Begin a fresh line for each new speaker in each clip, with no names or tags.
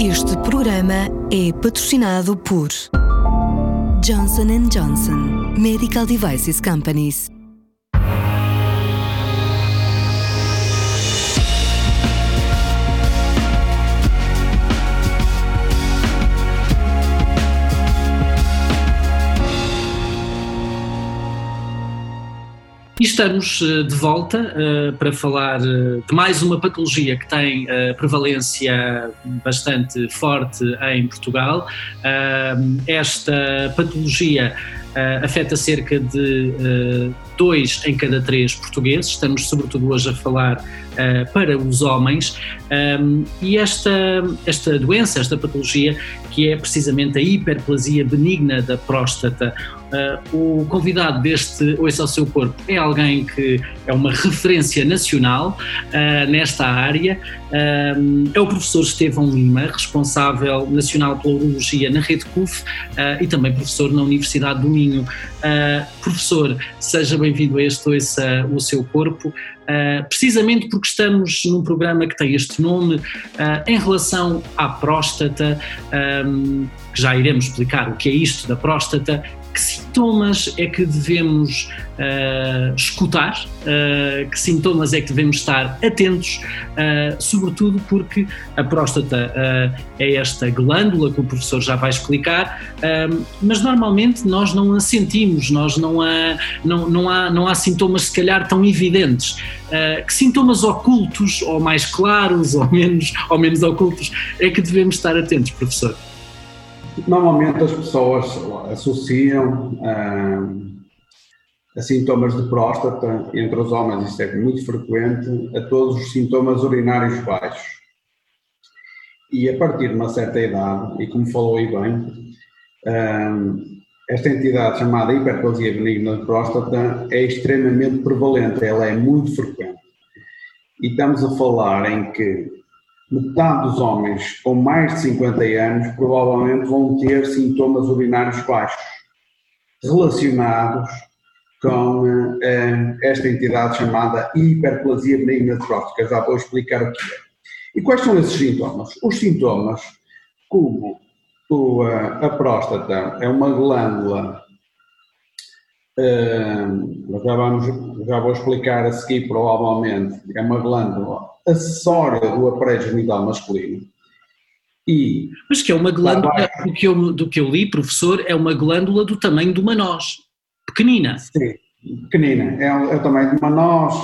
Este programa é patrocinado por Johnson & Johnson Medical Devices Companies.
E estamos de volta para falar de mais uma patologia que tem prevalência bastante forte em Portugal. Esta patologia afeta cerca de 2 em cada 3 portugueses. Estamos sobretudo hoje a falar para os homens, e esta doença, esta patologia, que é precisamente a hiperplasia benigna da próstata. O convidado deste Ouça ao Seu Corpo é alguém que é uma referência nacional nesta área. É o professor Estevão Lima, responsável nacional pela urologia na Rede CUF e também professor na Universidade do Minho. Professor, seja bem-vindo a este Ouça o Seu Corpo. Precisamente porque estamos num programa que tem este nome, em relação à próstata, já iremos explicar o que é isto da próstata. Que sintomas é que devemos escutar, que sintomas é que devemos estar atentos, sobretudo porque a próstata é esta glândula que o professor já vai explicar, mas normalmente nós não a sentimos, não há sintomas se calhar tão evidentes. Que sintomas ocultos, ou mais claros, ou menos ocultos, é que devemos estar atentos, professor?
Normalmente as pessoas associam a sintomas de próstata, entre os homens isto é muito frequente, a todos os sintomas urinários baixos. E a partir de uma certa idade, e como falou aí bem, esta entidade chamada hiperplasia benigna de próstata é extremamente prevalente, ela é muito frequente. E estamos a falar em que metade dos homens com mais de 50 anos provavelmente vão ter sintomas urinários baixos relacionados com esta entidade chamada hiperplasia benigna de próstata. Já vou explicar o que é. E quais são esses sintomas? Os sintomas, como a próstata é uma glândula, já vou explicar a seguir provavelmente, é uma glândula acessória do aparelho genital masculino.
Mas que é uma glândula, do que eu li, professor, é uma glândula do tamanho de uma noz, pequenina.
Sim, pequenina, é o tamanho de uma noz,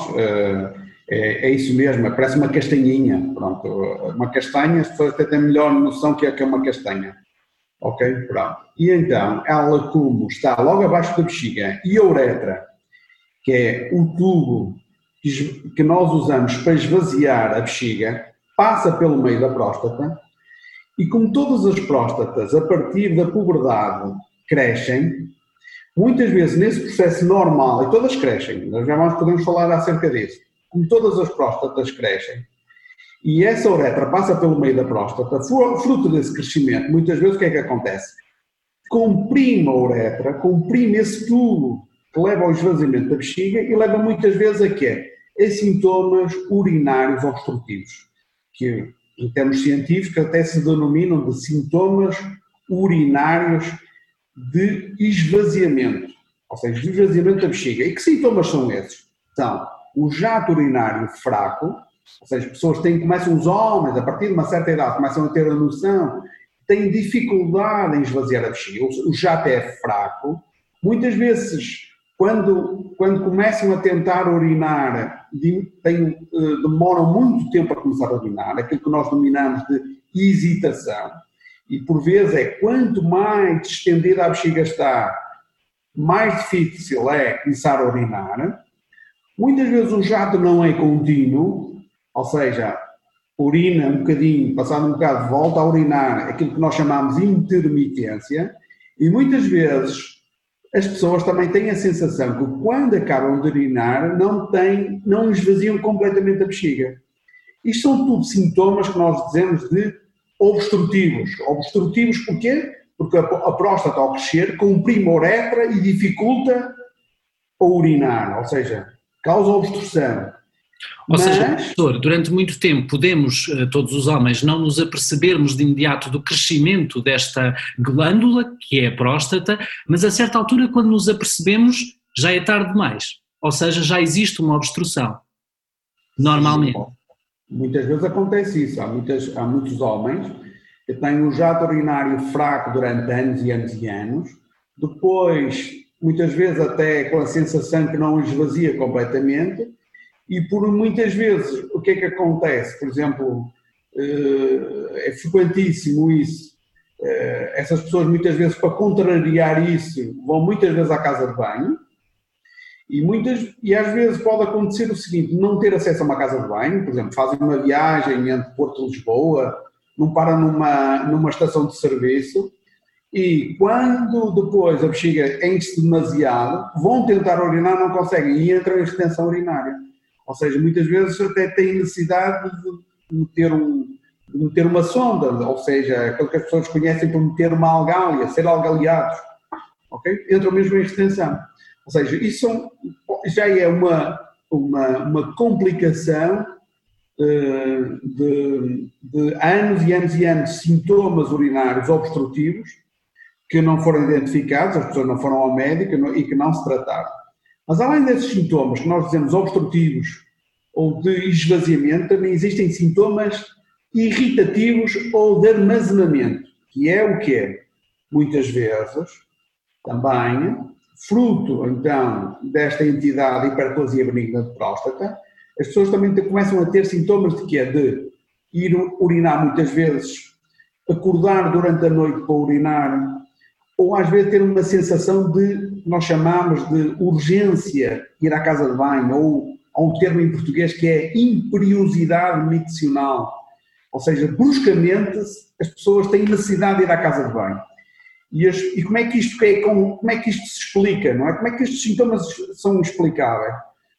é isso mesmo, parece uma castanhinha, pronto, uma castanha, as pessoas até têm melhor noção que é uma castanha. Ok? Pronto. E então, ela como está logo abaixo da bexiga e a uretra, que é o tubo que nós usamos para esvaziar a bexiga, passa pelo meio da próstata, e como todas as próstatas, a partir da puberdade, crescem, muitas vezes nesse processo normal, e todas crescem, nós já podemos falar acerca disso, como todas as próstatas crescem, e essa uretra passa pelo meio da próstata, fruto desse crescimento, muitas vezes o que é que acontece? Comprime a uretra, comprime esse tubo que leva ao esvaziamento da bexiga e leva muitas vezes a quê? A sintomas urinários obstrutivos, que em termos científicos até se denominam de sintomas urinários de esvaziamento, ou seja, de esvaziamento da bexiga. E que sintomas são esses? São o jato urinário fraco, ou seja, pessoas os homens, a partir de uma certa idade, começam a ter a noção, têm dificuldade em esvaziar a bexiga, o jato é fraco, muitas vezes, quando começam a tentar urinar, demoram muito tempo a começar a urinar, aquilo que nós denominamos de hesitação, e por vezes quanto mais distendida a bexiga está, mais difícil é começar a urinar. Muitas vezes o jato não é contínuo, ou seja, urina um bocadinho, passado um bocado, volta a urinar, aquilo que nós chamamos de intermitência, e muitas vezes as pessoas também têm a sensação que quando acabam de urinar não esvaziam completamente a bexiga. Isto são tudo sintomas que nós dizemos de obstrutivos. Obstrutivos porquê? Porque a próstata ao crescer comprime a uretra e dificulta a urinar, ou seja, causa obstrução.
Ou seja, professor, durante muito tempo podemos, todos os homens, não nos apercebermos de imediato do crescimento desta glândula, que é a próstata, mas a certa altura, quando nos apercebemos, já é tarde demais. Ou seja, já existe uma obstrução, normalmente.
Muitas vezes acontece isso. Há muitos homens que têm o jato urinário fraco durante anos e anos e anos, depois, muitas vezes até com a sensação que não esvazia completamente, e por muitas vezes, o que é que acontece? Por exemplo, é frequentíssimo isso, essas pessoas muitas vezes, para contrariar isso, vão muitas vezes à casa de banho, e às vezes pode acontecer o seguinte, não ter acesso a uma casa de banho, por exemplo, fazem uma viagem entre Porto e Lisboa, não param numa estação de serviço, e quando depois a bexiga enche demasiado, vão tentar urinar, não conseguem, e entram em retenção urinária. Ou seja, muitas vezes até têm necessidade de meter uma sonda, ou seja, aquilo que as pessoas conhecem por meter uma algália, ser algaliados, ok? Entram mesmo em retenção. Ou seja, isso já é uma complicação de anos e anos e anos de sintomas urinários obstrutivos que não foram identificados, as pessoas não foram ao médico e que não se trataram. Mas além desses sintomas que nós dizemos obstrutivos ou de esvaziamento, também existem sintomas irritativos ou de armazenamento, que é o quê? Muitas vezes, também, fruto então desta entidade hiperplasia benigna de próstata, as pessoas também começam a ter sintomas de quê? De ir urinar muitas vezes, acordar durante a noite para urinar, ou às vezes ter uma sensação de, nós chamamos de urgência, ir à casa de banho, ou há um termo em português que é imperiosidade miccional, ou seja, bruscamente as pessoas têm necessidade de ir à casa de banho. E como é que isto se explica, não é? Como é que estes sintomas são explicáveis?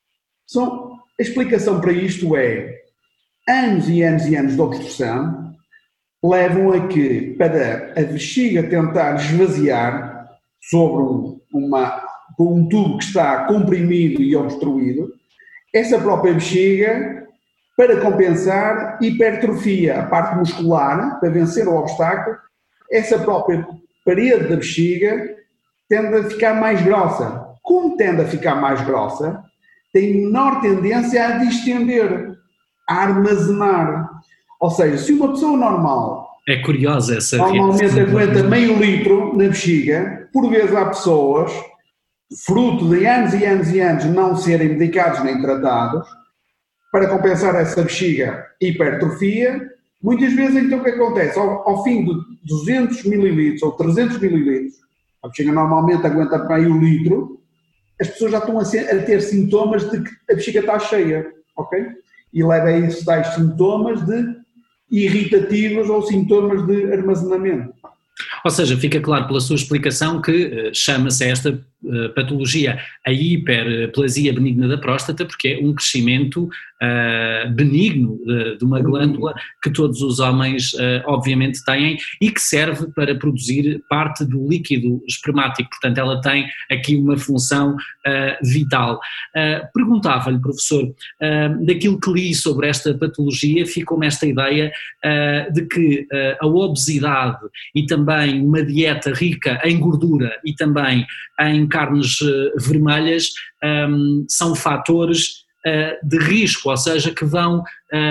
A explicação para isto é anos e anos e anos de obstrução levam a que, para a bexiga tentar esvaziar sobre um tubo que está comprimido e obstruído, essa própria bexiga, para compensar, hipertrofia a parte muscular, para vencer o obstáculo, essa própria parede da bexiga tende a ficar mais grossa. Como tende a ficar mais grossa, tem menor tendência a distender, a armazenar. Ou seja, se uma pessoa normal
é curiosa essa
normalmente aguenta meio litro na bexiga, por vezes há pessoas, fruto de anos e anos e anos não serem medicados nem tratados, para compensar essa bexiga hipertrofia, muitas vezes então o que acontece? Ao fim de 200 ml ou 300 ml, a bexiga normalmente aguenta meio litro, as pessoas já estão a ter sintomas de que a bexiga está cheia, ok? E leva a esses tais sintomas de irritativos ou sintomas de armazenamento.
Ou seja, fica claro pela sua explicação que chama-se esta patologia a hiperplasia benigna da próstata, porque é um crescimento benigno de uma glândula que todos os homens obviamente têm e que serve para produzir parte do líquido espermático, portanto ela tem aqui uma função vital. Perguntava-lhe, professor, daquilo que li sobre esta patologia, ficou-me esta ideia de que a obesidade e também uma dieta rica em gordura e também em carnes vermelhas são fatores de risco, ou seja, que vão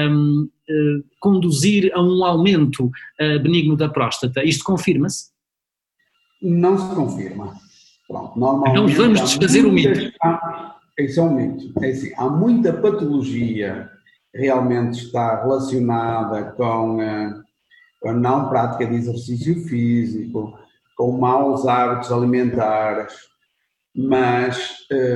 conduzir a um aumento benigno da próstata. Isto confirma-se?
Não se confirma. Pronto, normalmente
então vamos desfazer o mito.
Isso é um mito. É assim, há muita patologia que realmente está relacionada com a não prática de exercício físico, com maus hábitos alimentares, mas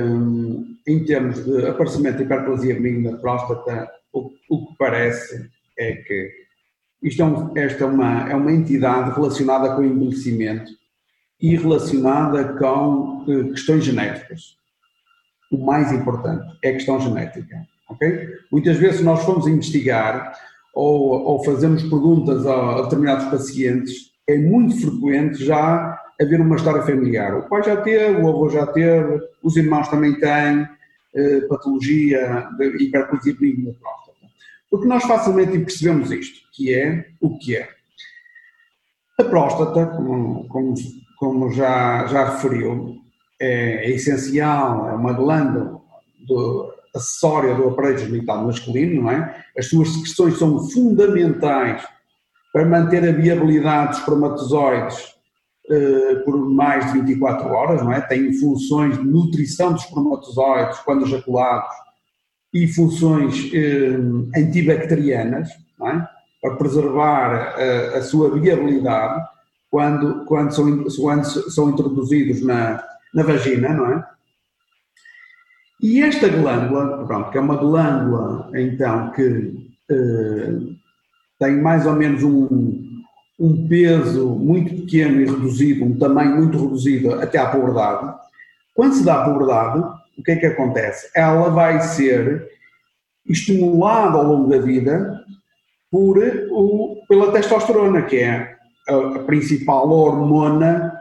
em termos de aparecimento de hiperplasia benigna da próstata, o que parece é que esta é uma entidade relacionada com o envelhecimento e relacionada com questões genéticas. O mais importante é a questão genética. Okay? Muitas vezes nós fomos investigar ou fazemos perguntas a determinados pacientes, é muito frequente já haver uma história familiar. O pai já teve, o avô já teve, os irmãos também têm, patologia de hiperplasia benigna da próstata. Porque nós facilmente percebemos isto, que é o que é. A próstata, como já referiu, é essencial, é uma glândula acessória do aparelho genital masculino, não é? As suas secreções são fundamentais para manter a viabilidade dos espermatozoides por mais de 24 horas, não é? Tem funções de nutrição dos espermatozoides quando ejaculados e funções antibacterianas, não é? Para preservar a sua viabilidade quando são introduzidos na vagina, não é? E esta glândula, pronto, que é uma glândula, então, que tem mais ou menos um peso muito pequeno e reduzido, um tamanho muito reduzido até à puberdade. Quando se dá a puberdade, o que é que acontece? Ela vai ser estimulada ao longo da vida pela testosterona, que é a principal hormona,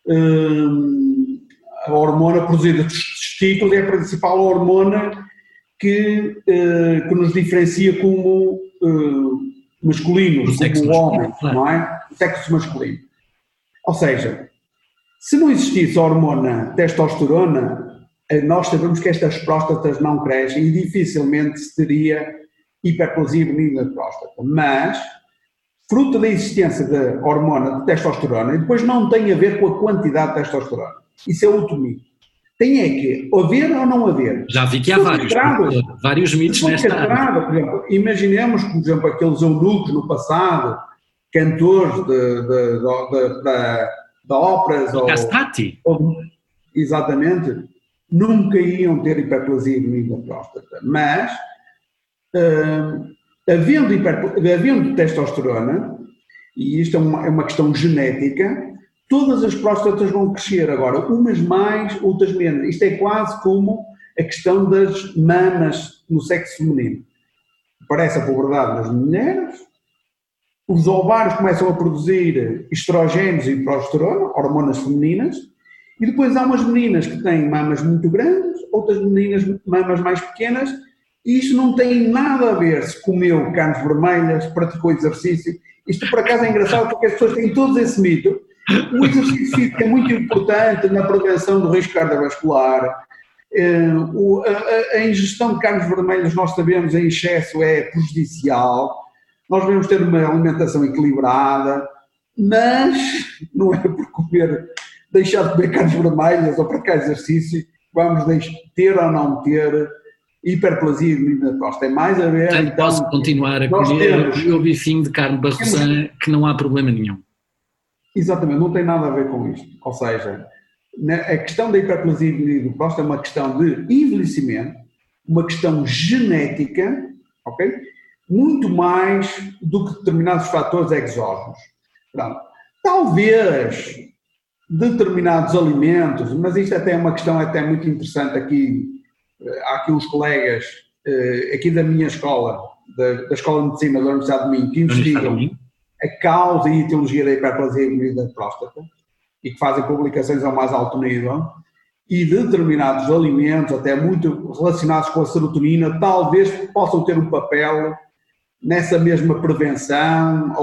a hormona produzida dos testículos, é a principal hormona que nos diferencia como masculinos, como homens, não é? O sexo masculino. Ou seja, se não existisse a hormona testosterona, nós sabemos que estas próstatas não crescem e dificilmente se teria hiperplasia benigna de próstata. Mas, fruto da existência da hormona de testosterona, e depois não tem a ver com a quantidade de testosterona. Isso é outro mito. Tem é que haver ou não haver.
Já vi que há vários mitos nesta área.
Por exemplo, imaginemos, por exemplo, aqueles eunucos no passado, cantores de óperas exatamente, nunca iam ter hiperplasia benigna da próstata. Mas, havendo testosterona, e isto é uma questão genética, todas as próstatas vão crescer agora, umas mais, outras menos. Isto é quase como a questão das mamas no sexo feminino. Aparece a puberdade nas mulheres, os ovários começam a produzir estrogénios e progesterona, hormonas femininas, e depois há umas meninas que têm mamas muito grandes, outras meninas mamas mais pequenas, e isto não tem nada a ver se comeu carnes vermelhas, praticou exercício. Isto por acaso é engraçado porque as pessoas têm todos esse mito. O exercício físico é muito importante na prevenção do risco cardiovascular. A ingestão de carnes vermelhas, nós sabemos, em excesso é prejudicial. Nós devemos ter uma alimentação equilibrada, mas não é por deixar de comer carnes vermelhas ou praticar exercício, vamos ter ou não ter hiperplasia benigna da próstata. É mais a ver...
Então, posso continuar a comer o meu bifinho de carne barroçã que não há problema nenhum.
Exatamente, não tem nada a ver com isto. Ou seja, a questão da hiperplasia benigna da próstata é uma questão de envelhecimento, uma questão genética, ok? Muito mais do que determinados fatores exógenos. Pronto. Talvez determinados alimentos, mas isto até é uma questão até muito interessante aqui. Há aqui uns colegas aqui da minha escola, da Escola de Medicina da Universidade de Minho, que investigam a causa e etiologia da hiperplasia benigna da próstata e que fazem publicações ao mais alto nível, e determinados alimentos, até muito relacionados com a serotonina, talvez possam ter um papel nessa mesma prevenção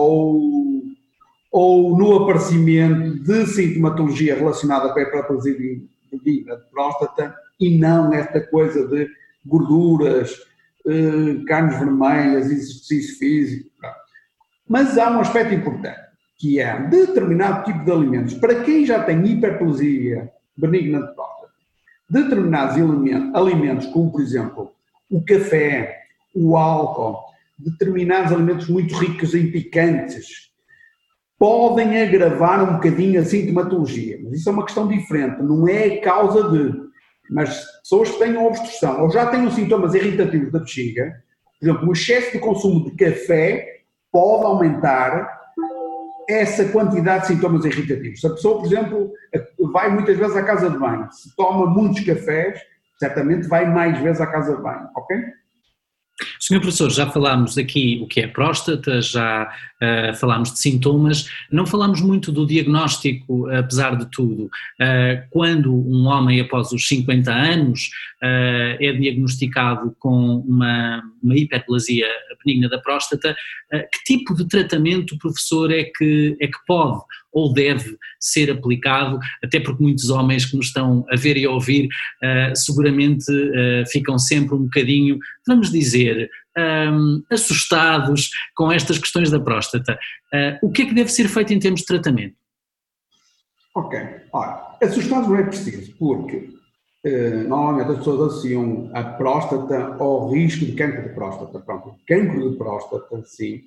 ou no aparecimento de sintomatologia relacionada com a hiperplasia benigna da próstata, e não esta coisa de gorduras, carnes vermelhas, exercício físico. Mas há um aspecto importante, que é determinado tipo de alimentos. Para quem já tem hiperplasia benigna de próstata, determinados alimentos, como por exemplo o café, o álcool, determinados alimentos muito ricos em picantes, podem agravar um bocadinho a sintomatologia. Mas isso é uma questão diferente, não é causa de... Mas pessoas que tenham obstrução ou já tenham sintomas irritativos da bexiga, por exemplo, o excesso de consumo de café pode aumentar essa quantidade de sintomas irritativos. Se a pessoa, por exemplo, vai muitas vezes à casa de banho, se toma muitos cafés, certamente vai mais vezes à casa de banho, ok?
Senhor professor, já falámos aqui o que é próstata, já falámos de sintomas, não falámos muito do diagnóstico, apesar de tudo. Quando um homem após os 50 anos é diagnosticado com uma hiperplasia benigna da próstata, que tipo de tratamento, professor, é que pode ou deve ser aplicado, até porque muitos homens que nos estão a ver e a ouvir seguramente ficam sempre um bocadinho, vamos dizer, assustados com estas questões da próstata. O que é que deve ser feito em termos de tratamento?
Ok, olha, assustados não é preciso, porque normalmente as pessoas associam a próstata ao risco de cancro de próstata. Pronto, o cancro de próstata, sim,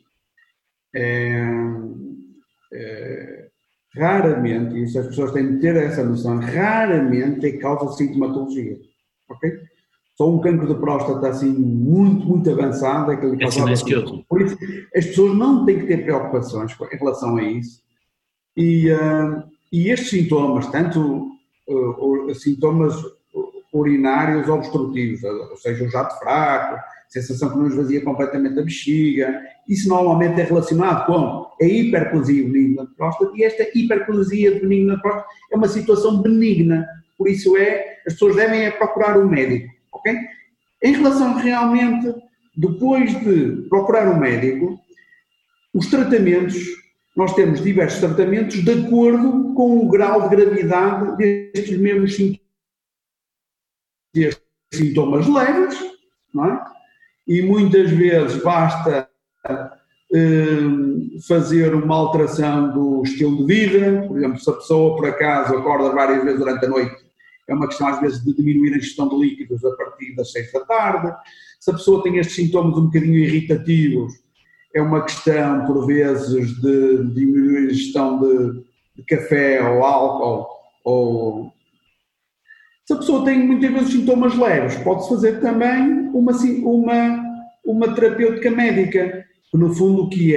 raramente, e se as pessoas têm de ter essa noção, raramente é causa de sintomatologia, ok? Só um cancro de próstata assim muito, muito avançado é que ele causa. Por isso, as pessoas não têm que ter preocupações em relação a isso. E estes sintomas, tanto sintomas urinários obstrutivos, ou seja, o jato fraco, sensação que não esvazia completamente a bexiga, isso normalmente é relacionado com a hiperplasia benigna de próstata, e esta hiperplasia benigna de próstata é uma situação benigna, por isso as pessoas devem procurar um médico, ok? Em relação realmente, depois de procurar um médico, os tratamentos, nós temos diversos tratamentos de acordo com o grau de gravidade destes mesmos sintomas leves, não é? E muitas vezes basta fazer uma alteração do estilo de vida. Por exemplo, se a pessoa por acaso acorda várias vezes durante a noite, é uma questão às vezes de diminuir a ingestão de líquidos a partir das 6 da tarde. Se a pessoa tem estes sintomas um bocadinho irritativos, é uma questão por vezes de diminuir a ingestão de café ou álcool, ou se a pessoa tem muitas vezes sintomas leves, pode-se fazer também uma terapêutica médica, que no fundo o que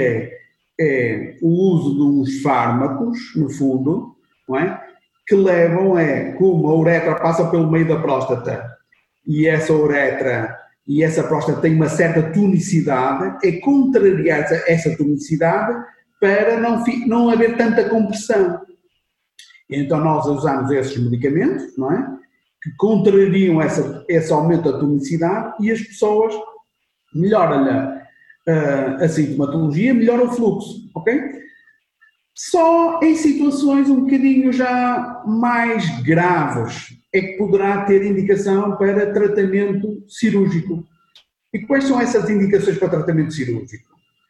é o uso de uns fármacos, no fundo, não é? Que levam como a uretra passa pelo meio da próstata e essa uretra e essa próstata tem uma certa tonicidade, é contrariar essa tonicidade para não haver tanta compressão. Então nós usamos esses medicamentos, não é? Que contrariam esse aumento da tonicidade e as pessoas melhoram a sintomatologia, melhoram o fluxo, ok? Só em situações um bocadinho já mais graves é que poderá ter indicação para tratamento cirúrgico. E quais são essas indicações para tratamento cirúrgico?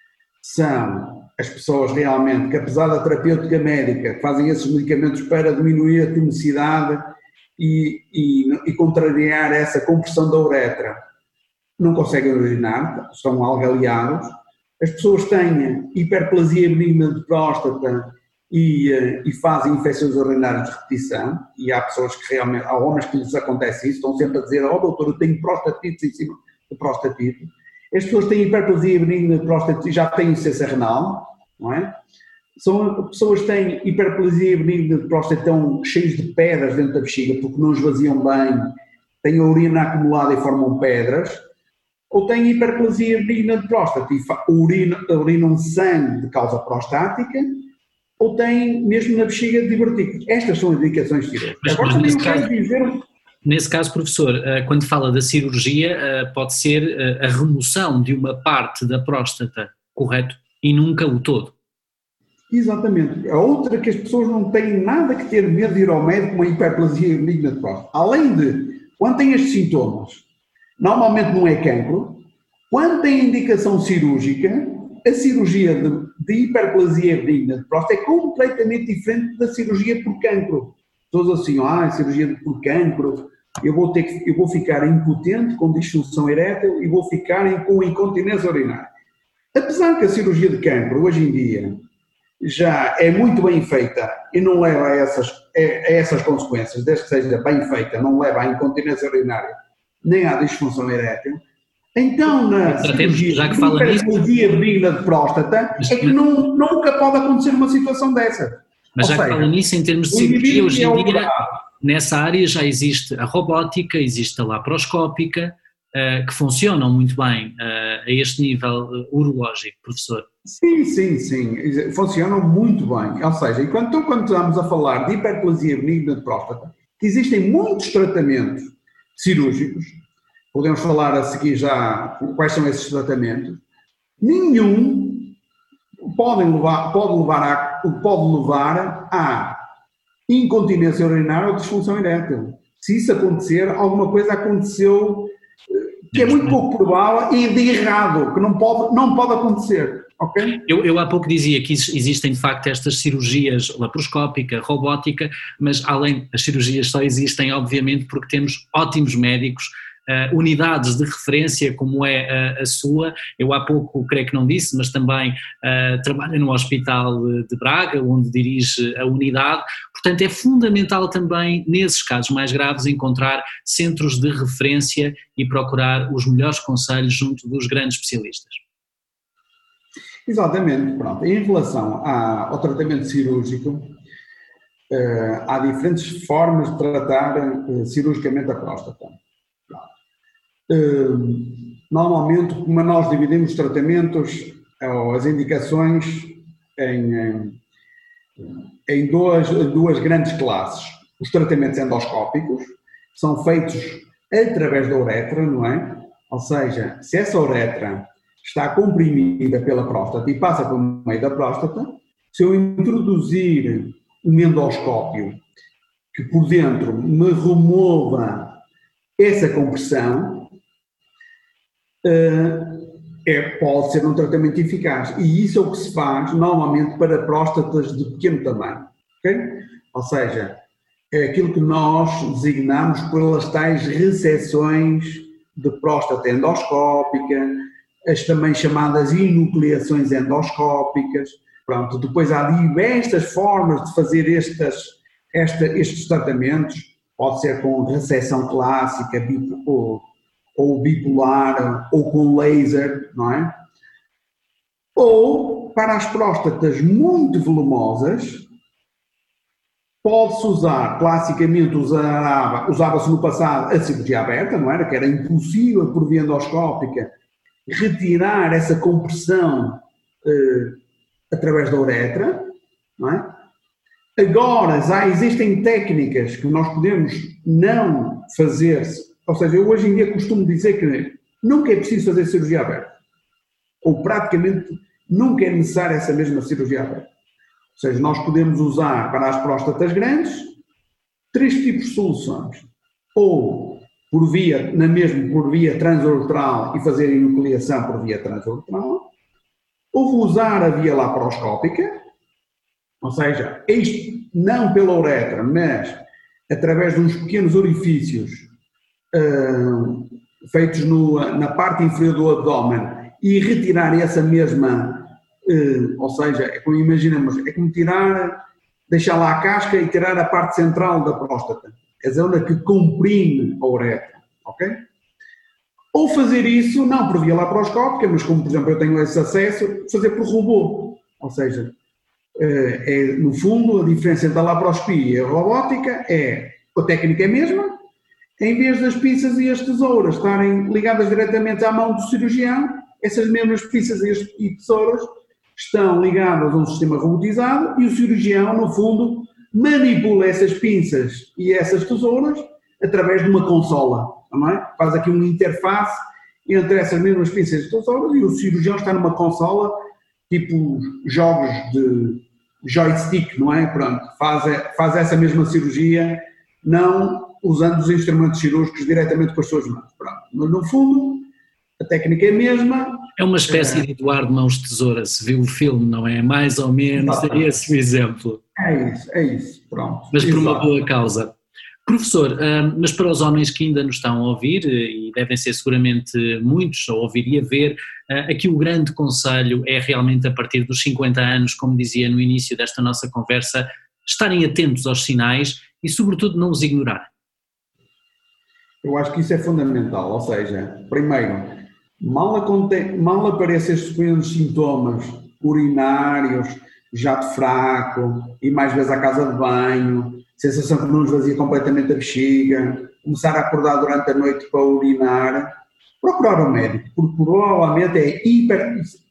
São as pessoas realmente que, apesar da terapêutica médica, fazem esses medicamentos para diminuir a tonicidade e contrariar essa compressão da uretra, não conseguem urinar, estão algaleados. As pessoas têm hiperplasia benigna de próstata e fazem infecções urinárias de repetição, e há pessoas que realmente, há homens que lhes acontece isso, estão sempre a dizer, doutor, eu tenho prostatite em cima de prostatite. As pessoas têm hiperplasia benigna de próstata e já têm insuficiência renal, não é? São pessoas que têm hiperplasia benigna de próstata, estão cheios de pedras dentro da bexiga porque não esvaziam bem, têm a urina acumulada e formam pedras, ou têm hiperplasia benigna de próstata e urinam sangue de causa prostática, ou têm mesmo na bexiga divertículos. Estas são as indicações cirúrgicas. Agora também quero dizer...
Nesse caso, professor, quando fala da cirurgia, pode ser a remoção de uma parte da próstata, correto? E nunca o todo.
Exatamente. A outra que as pessoas não têm nada que ter medo de ir ao médico com uma hiperplasia benigna de próstata. Além de, quando têm estes sintomas, normalmente não é cancro. Quando tem indicação cirúrgica, a cirurgia de hiperplasia benigna de próstata é completamente diferente da cirurgia por cancro. Todos assim, cirurgia por cancro, eu vou ficar impotente com disfunção erétil e vou ficar com incontinência urinária. Apesar que a cirurgia de cancro, hoje em dia, já é muito bem feita e não leva a essas consequências, desde que seja bem feita, não leva à incontinência urinária nem à disfunção erétil. Então, na cirurgia de hiperplasia benigna de próstata, é que nunca pode acontecer uma situação dessa.
Mas já que fala nisso, em termos de cirurgia, hoje em dia, nessa área já existe a robótica, existe a laparoscópica, que funcionam muito bem a este nível urológico, professor.
Sim, funcionam muito bem. Ou seja, quando estamos a falar de hiperplasia benigna de próstata, que existem muitos tratamentos cirúrgicos, podemos falar a seguir já quais são esses tratamentos, nenhum pode levar à incontinência urinária ou disfunção erétil. Se isso acontecer, alguma coisa aconteceu que é muito pouco provável e de errado, que não pode acontecer. Okay?
Eu há pouco dizia que existem de facto estas cirurgias laparoscópica, robótica, mas além, as cirurgias só existem obviamente porque temos ótimos médicos, unidades de referência como é a sua. Eu há pouco, creio que não disse, mas também trabalha no Hospital de Braga, onde dirige a unidade. Portanto, é fundamental também, nesses casos mais graves, encontrar centros de referência e procurar os melhores conselhos junto dos grandes especialistas.
Exatamente, pronto. Em relação ao tratamento cirúrgico, há diferentes formas de tratar cirurgicamente a próstata. Normalmente, como nós dividimos os tratamentos ou as indicações em duas grandes classes. Os tratamentos endoscópicos são feitos através da uretra, não é? Ou seja, se essa uretra está comprimida pela próstata e passa pelo meio da próstata, se eu introduzir um endoscópio que por dentro me remova essa compressão, pode ser um tratamento eficaz. E isso é o que se faz normalmente para próstatas de pequeno tamanho. Okay? Ou seja, é aquilo que nós designamos pelas tais ressecções de próstata endoscópica, as também chamadas enucleações endoscópicas. Pronto, depois há diversas formas de fazer estes tratamentos. Pode ser com ressecção clássica, ou bipolar, ou com laser, não é? Ou, para as próstatas muito volumosas, pode-se usar, classicamente usava-se no passado a cirurgia aberta, não era? Que era impossível, por via endoscópica, retirar essa compressão através da uretra, não é? Agora, já existem técnicas que nós podemos não fazer, ou seja, eu hoje em dia costumo dizer que nunca é preciso fazer cirurgia aberta, ou praticamente nunca é necessária essa mesma cirurgia aberta. Ou seja, nós podemos usar para as próstatas grandes 3 tipos de soluções, ou por via transuretral e fazer enucleação por via transuretral, ou usar a via laparoscópica, ou seja, isto não pela uretra, mas através de uns pequenos orifícios feitos na parte inferior do abdômen e retirar essa mesma, ou seja, é como imaginamos, é como deixar lá a casca e tirar a parte central da próstata, a zona que comprime a uretra, ok? Ou fazer isso, não por via laparoscópica, mas como por exemplo eu tenho esse acesso, fazer por robô, ou seja, no fundo a diferença entre a laparoscopia e a robótica a técnica é a mesma, em vez das pinças e as tesouras estarem ligadas diretamente à mão do cirurgião, essas mesmas pinças e tesouras estão ligadas a um sistema robotizado e o cirurgião, no fundo, manipula essas pinças e essas tesouras através de uma consola, não é? Faz aqui uma interface entre essas mesmas pinças e tesouras e o cirurgião está numa consola, tipo jogos de joystick, não é? Pronto, faz essa mesma cirurgia, não usando os instrumentos cirúrgicos diretamente com as suas mãos. Pronto. Mas, no fundo, a técnica é a mesma.
É uma espécie de Eduardo Mãos Tesoura, se viu o filme, não é? Mais ou menos, é esse o exemplo.
É isso, pronto.
Mas por uma boa causa. Professor, mas para os homens que ainda nos estão a ouvir, e devem ser seguramente muitos a ouvir e a ver, aqui o grande conselho é realmente a partir dos 50 anos, como dizia no início desta nossa conversa, estarem atentos aos sinais e sobretudo não os ignorar.
Eu acho que isso é fundamental, ou seja, primeiro, mal aparecem estes pequenos sintomas urinários, jato fraco, ir mais vezes à casa de banho, sensação que não nos vazia completamente a bexiga, começar a acordar durante a noite para urinar, procurar um médico, porque provavelmente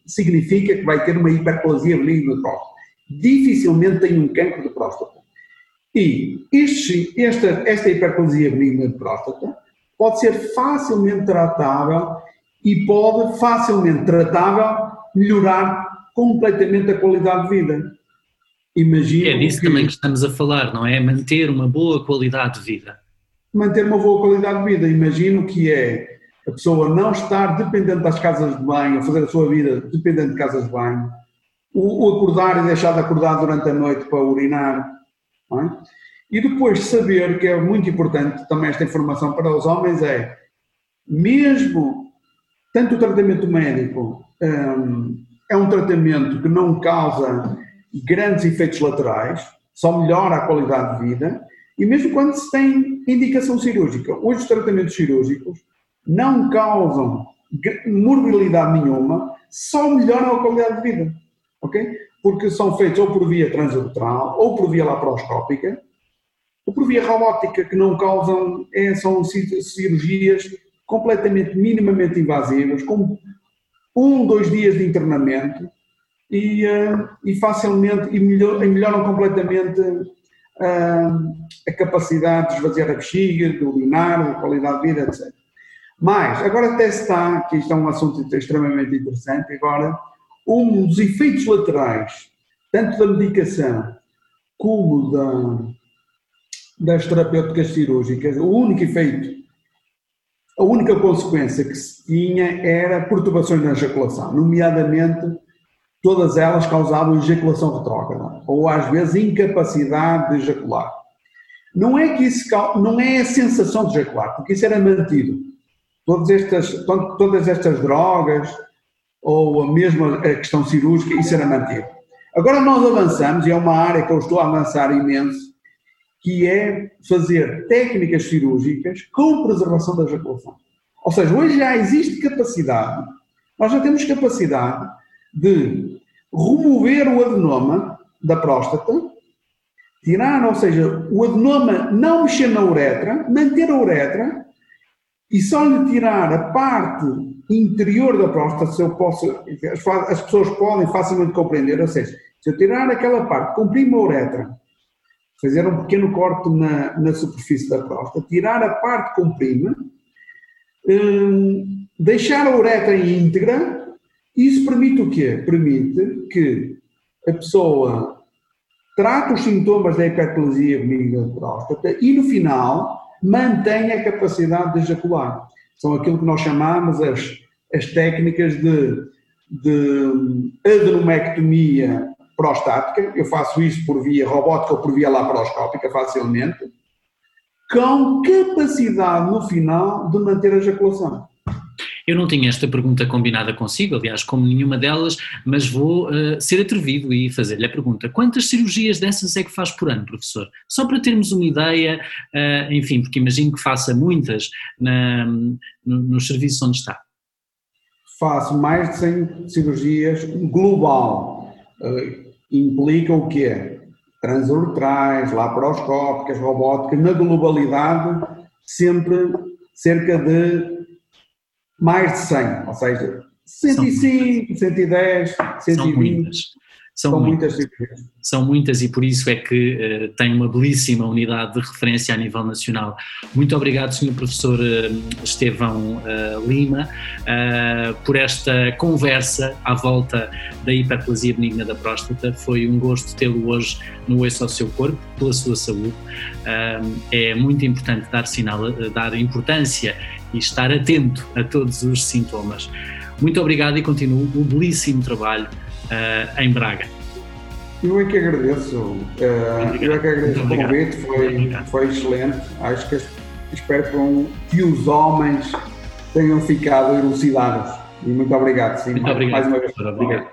significa que vai ter uma hiperplasia benigna de próstata. Dificilmente tem um cancro de próstata. E esta hiperplasia benigna de próstata pode ser facilmente tratável e pode facilmente melhorar completamente a qualidade de vida. Imagino
é disso também que estamos a falar, não é? Manter uma boa qualidade de vida.
Manter uma boa qualidade de vida. Imagino que é a pessoa não estar dependente das casas de banho, a fazer a sua vida dependente de casas de banho, o acordar e deixar de acordar durante a noite para urinar, não é? E depois saber, que é muito importante também esta informação para os homens, é mesmo tanto o tratamento médico é um tratamento que não causa grandes efeitos laterais, só melhora a qualidade de vida, e mesmo quando se tem indicação cirúrgica. Hoje os tratamentos cirúrgicos não causam morbilidade nenhuma, só melhoram a qualidade de vida, ok? Porque são feitos ou por via transuretral, ou por via laparoscópica, ou por via robótica, que não causam, são cirurgias completamente, minimamente invasivas, com 1-2 dias de internamento, e facilmente, melhoram completamente a capacidade de esvaziar a bexiga, de urinar, a qualidade de vida, etc. Mas, agora até está, que isto é um assunto extremamente interessante, agora, um dos efeitos laterais, tanto da medicação como das terapêuticas cirúrgicas, o único efeito, a única consequência que se tinha era perturbações na ejaculação, nomeadamente todas elas causavam ejaculação retrógrada, ou às vezes incapacidade de ejacular. Não é que isso não é a sensação de ejacular, porque isso era mantido. Todas estas drogas, ou mesmo a questão cirúrgica, isso era mantido. Agora nós avançamos, e é uma área que eu estou a avançar imenso, que é fazer técnicas cirúrgicas com preservação da ejaculação. Ou seja, hoje já existe capacidade, nós já temos capacidade de remover o adenoma da próstata, tirar, ou seja, o adenoma não mexer na uretra, manter a uretra e só lhe tirar a parte interior da próstata, as pessoas podem facilmente compreender, ou seja, se eu tirar aquela parte, comprimir a uretra, fazer um pequeno corte na superfície da próstata, tirar a parte que comprime, deixar a uretra íntegra. Isso permite o quê? Permite que a pessoa trate os sintomas da hiperplasia benigna de próstata e, no final, mantenha a capacidade de ejacular. São aquilo que nós chamamos as técnicas de adenomectomia prostática. Eu faço isso por via robótica ou por via laparoscópica facilmente, com capacidade, no final, de manter a ejaculação.
Eu não tinha esta pergunta combinada consigo, aliás, como nenhuma delas, mas vou ser atrevido e fazer-lhe a pergunta. Quantas cirurgias dessas é que faz por ano, professor? Só para termos uma ideia, enfim, porque imagino que faça muitas nos serviços onde está.
Faço mais de 100 cirurgias global. Implica o quê? Transuretrais, laparoscópicas, robóticas, na globalidade, sempre cerca de mais de 100, ou seja, 105, 110, 120. São muitas cirurgias.
São muitas e por isso é que tem uma belíssima unidade de referência a nível nacional. Muito obrigado, Sr. Professor Estevão Lima, por esta conversa à volta da hiperplasia benigna da próstata. Foi um gosto tê-lo hoje no Ouça ao Seu Corpo, pela sua saúde. É muito importante dar importância e estar atento a todos os sintomas. Muito obrigado e continuo um belíssimo trabalho em Braga.
Eu é que agradeço, o convite, foi excelente. Acho que espero que os homens tenham ficado elucidados. E muito obrigado, sim.
Muito obrigado.
Mais uma vez.
Obrigado.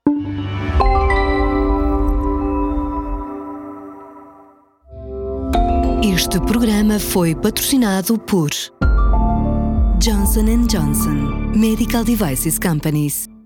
Este programa foi patrocinado por Johnson & Johnson Medical Devices Companies.